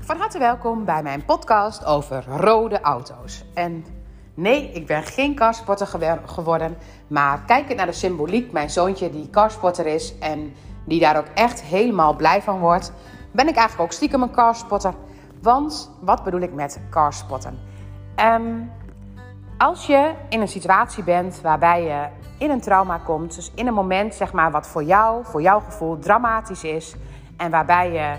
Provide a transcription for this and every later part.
Van harte welkom bij mijn podcast over rode auto's. En nee, ik ben geen carsporter geworden, maar kijkend naar de symboliek, mijn zoontje die carsporter is en die daar ook echt helemaal blij van wordt, ben ik eigenlijk ook stiekem een carsporter. Want wat bedoel ik met carspotten? Als je in een situatie bent waarbij je in een trauma komt, dus in een moment zeg maar wat voor jouw gevoel dramatisch is en waarbij je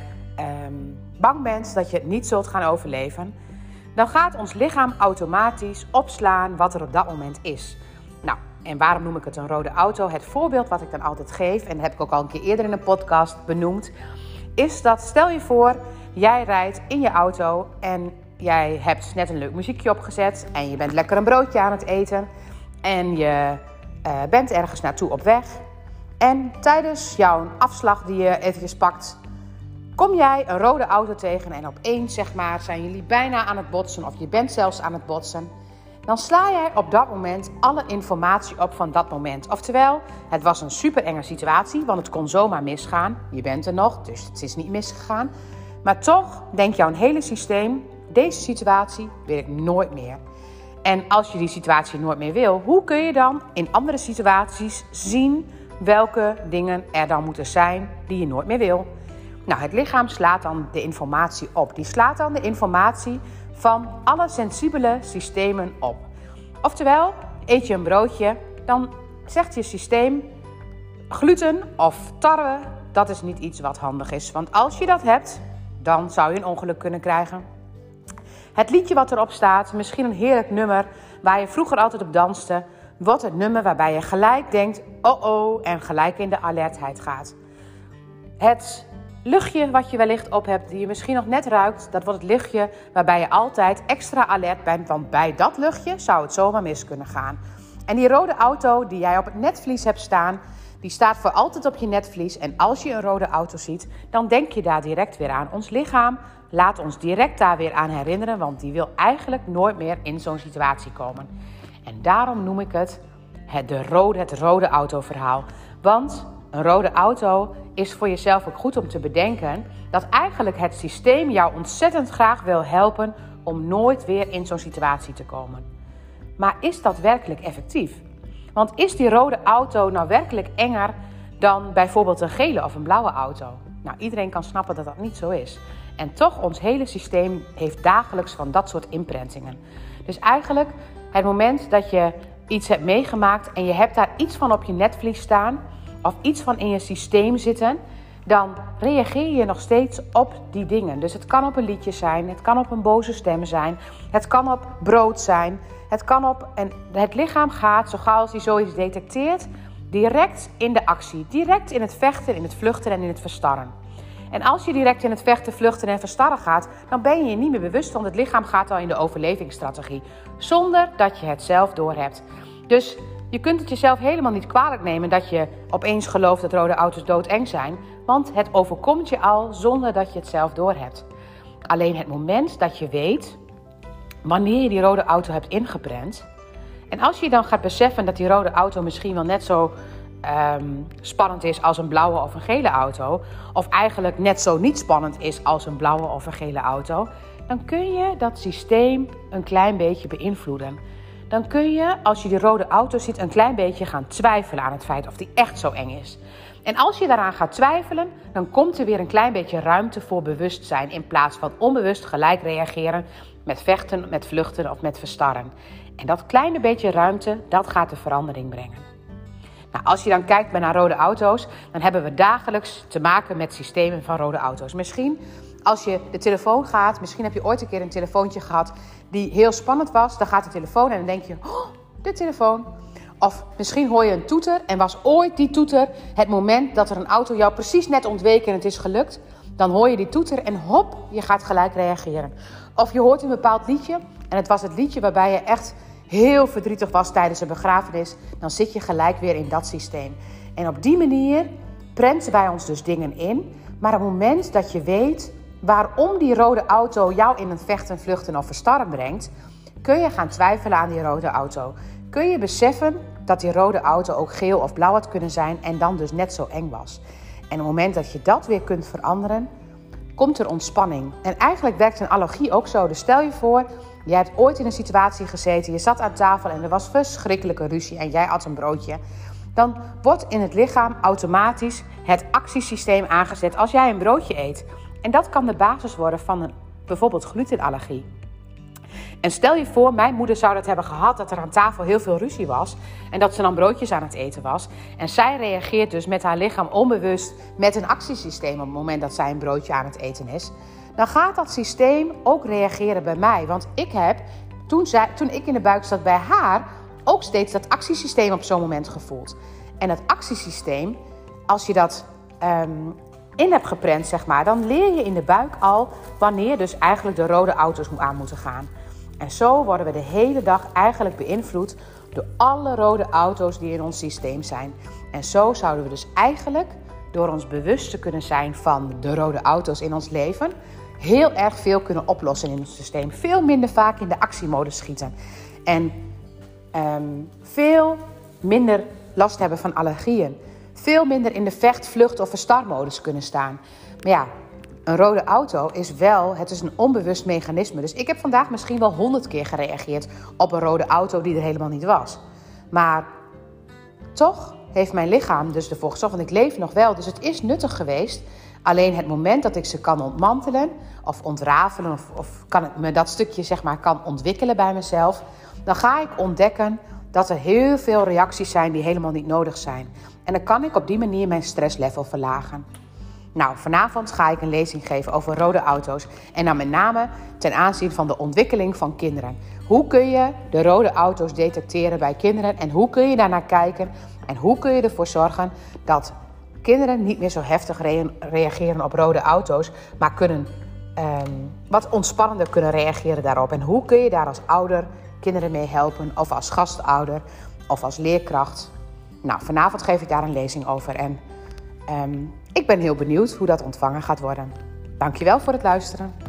bang bent dat je het niet zult gaan overleven, dan gaat ons lichaam automatisch opslaan wat er op dat moment is. Nou, en waarom noem ik het een rode auto? Het voorbeeld wat ik dan altijd geef, en dat heb ik ook al een keer eerder in een podcast benoemd, is dat stel je voor, jij rijdt in je auto en jij hebt net een leuk muziekje opgezet en je bent lekker een broodje aan het eten en je bent ergens naartoe op weg. En tijdens jouw afslag die je eventjes pakt, kom jij een rode auto tegen en opeens zeg maar, zijn jullie bijna aan het botsen of je bent zelfs aan het botsen. Dan sla jij op dat moment alle informatie op van dat moment. Oftewel, het was een super enge situatie, want het kon zomaar misgaan. Je bent er nog, dus het is niet misgegaan. Maar toch denkt jouw hele systeem, deze situatie wil ik nooit meer. En als je die situatie nooit meer wil, hoe kun je dan in andere situaties zien welke dingen er dan moeten zijn die je nooit meer wil? Nou, het lichaam slaat dan de informatie op. Die slaat dan de informatie van alle sensibele systemen op. Oftewel, eet je een broodje, dan zegt je systeem gluten of tarwe, dat is niet iets wat handig is. Want als je dat hebt, dan zou je een ongeluk kunnen krijgen. Het liedje wat erop staat, misschien een heerlijk nummer waar je vroeger altijd op danste, wordt het nummer waarbij je gelijk denkt, oh, en gelijk in de alertheid gaat. Het luchtje wat je wellicht op hebt, die je misschien nog net ruikt, dat wordt het luchtje waarbij je altijd extra alert bent, want bij dat luchtje zou het zomaar mis kunnen gaan. En die rode auto die jij op het netvlies hebt staan, die staat voor altijd op je netvlies. En als je een rode auto ziet, dan denk je daar direct weer aan. Ons lichaam laat ons direct daar weer aan herinneren, want die wil eigenlijk nooit meer in zo'n situatie komen. En daarom noem ik het rode autoverhaal. Want een rode auto is voor jezelf ook goed om te bedenken dat eigenlijk het systeem jou ontzettend graag wil helpen om nooit weer in zo'n situatie te komen. Maar is dat werkelijk effectief? Want is die rode auto nou werkelijk enger dan bijvoorbeeld een gele of een blauwe auto? Nou, iedereen kan snappen dat dat niet zo is. En toch, ons hele systeem heeft dagelijks van dat soort imprintingen. Dus eigenlijk, het moment dat je iets hebt meegemaakt en je hebt daar iets van op je netvlies staan of iets van in je systeem zitten, dan reageer je nog steeds op die dingen. Dus het kan op een liedje zijn, het kan op een boze stem zijn, het kan op brood zijn, het kan op... En het lichaam gaat, zo gauw als hij zoiets detecteert, direct in de actie. Direct in het vechten, in het vluchten en in het verstarren. En als je direct in het vechten, vluchten en verstarren gaat, dan ben je je niet meer bewust, want het lichaam gaat al in de overlevingsstrategie. Zonder dat je het zelf doorhebt. Dus je kunt het jezelf helemaal niet kwalijk nemen dat je opeens gelooft dat rode auto's doodeng zijn. Want het overkomt je al zonder dat je het zelf doorhebt. Alleen het moment dat je weet wanneer je die rode auto hebt ingeprent. En als je dan gaat beseffen dat die rode auto misschien wel net zo spannend is als een blauwe of een gele auto. Of eigenlijk net zo niet spannend is als een blauwe of een gele auto. Dan kun je dat systeem een klein beetje beïnvloeden. Dan kun je, als je die rode auto ziet, een klein beetje gaan twijfelen aan het feit of die echt zo eng is. En als je daaraan gaat twijfelen, dan komt er weer een klein beetje ruimte voor bewustzijn in plaats van onbewust gelijk reageren met vechten, met vluchten of met verstarren. En dat kleine beetje ruimte, dat gaat de verandering brengen. Nou, als je dan kijkt naar rode auto's, dan hebben we dagelijks te maken met systemen van rode auto's. Misschien als je de telefoon gaat, misschien heb je ooit een keer een telefoontje gehad die heel spannend was. Dan gaat de telefoon en dan denk je, oh, de telefoon. Of misschien hoor je een toeter en was ooit die toeter het moment dat er een auto jou precies net ontweek en het is gelukt. Dan hoor je die toeter en hop, je gaat gelijk reageren. Of je hoort een bepaald liedje en het was het liedje waarbij je echt heel verdrietig was tijdens een begrafenis. Dan zit je gelijk weer in dat systeem. En op die manier prenten wij ons dus dingen in. Maar op het moment dat je weet waarom die rode auto jou in een vechten, vluchten of verstarren brengt, kun je gaan twijfelen aan die rode auto. Kun je beseffen dat die rode auto ook geel of blauw had kunnen zijn en dan dus net zo eng was. En op het moment dat je dat weer kunt veranderen, komt er ontspanning. En eigenlijk werkt een allergie ook zo. Dus stel je voor, jij hebt ooit in een situatie gezeten, je zat aan tafel en er was verschrikkelijke ruzie en jij at een broodje. Dan wordt in het lichaam automatisch het actiesysteem aangezet als jij een broodje eet. En dat kan de basis worden van bijvoorbeeld glutenallergie. En stel je voor, mijn moeder zou dat hebben gehad, dat er aan tafel heel veel ruzie was en dat ze dan broodjes aan het eten was. En zij reageert dus met haar lichaam onbewust met een actiesysteem op het moment dat zij een broodje aan het eten is. Dan gaat dat systeem ook reageren bij mij. Want ik heb, toen ik in de buik zat bij haar, ook steeds dat actiesysteem op zo'n moment gevoeld. En dat actiesysteem, als je dat in hebt geprent, zeg maar, dan leer je in de buik al wanneer dus eigenlijk de rode auto's aan moeten gaan. En zo worden we de hele dag eigenlijk beïnvloed door alle rode auto's die in ons systeem zijn. En zo zouden we dus eigenlijk, door ons bewust te kunnen zijn van de rode auto's in ons leven, heel erg veel kunnen oplossen in ons systeem. Veel minder vaak in de actiemodus schieten. En veel minder last hebben van allergieën. Veel minder in de vecht, vlucht of verstarmodus kunnen staan. Maar ja, een rode auto is het is een onbewust mechanisme. Dus ik heb vandaag misschien wel 100 keer gereageerd op een rode auto die er helemaal niet was. Maar toch heeft mijn lichaam dus ervoor gezorgd, want ik leef nog wel. Dus het is nuttig geweest. Alleen het moment dat ik ze kan ontmantelen of ontrafelen of kan ik me dat stukje zeg maar kan ontwikkelen bij mezelf, dan ga ik ontdekken dat er heel veel reacties zijn die helemaal niet nodig zijn. En dan kan ik op die manier mijn stresslevel verlagen. Nou, vanavond ga ik een lezing geven over rode auto's. En dan met name ten aanzien van de ontwikkeling van kinderen. Hoe kun je de rode auto's detecteren bij kinderen? En hoe kun je daarnaar kijken? En hoe kun je ervoor zorgen dat kinderen niet meer zo heftig reageren op rode auto's, maar kunnen wat ontspannender kunnen reageren daarop? En hoe kun je daar als ouder kinderen mee helpen? Of als gastouder of als leerkracht? Nou, vanavond geef ik daar een lezing over. En ik ben heel benieuwd hoe dat ontvangen gaat worden. Dankjewel voor het luisteren.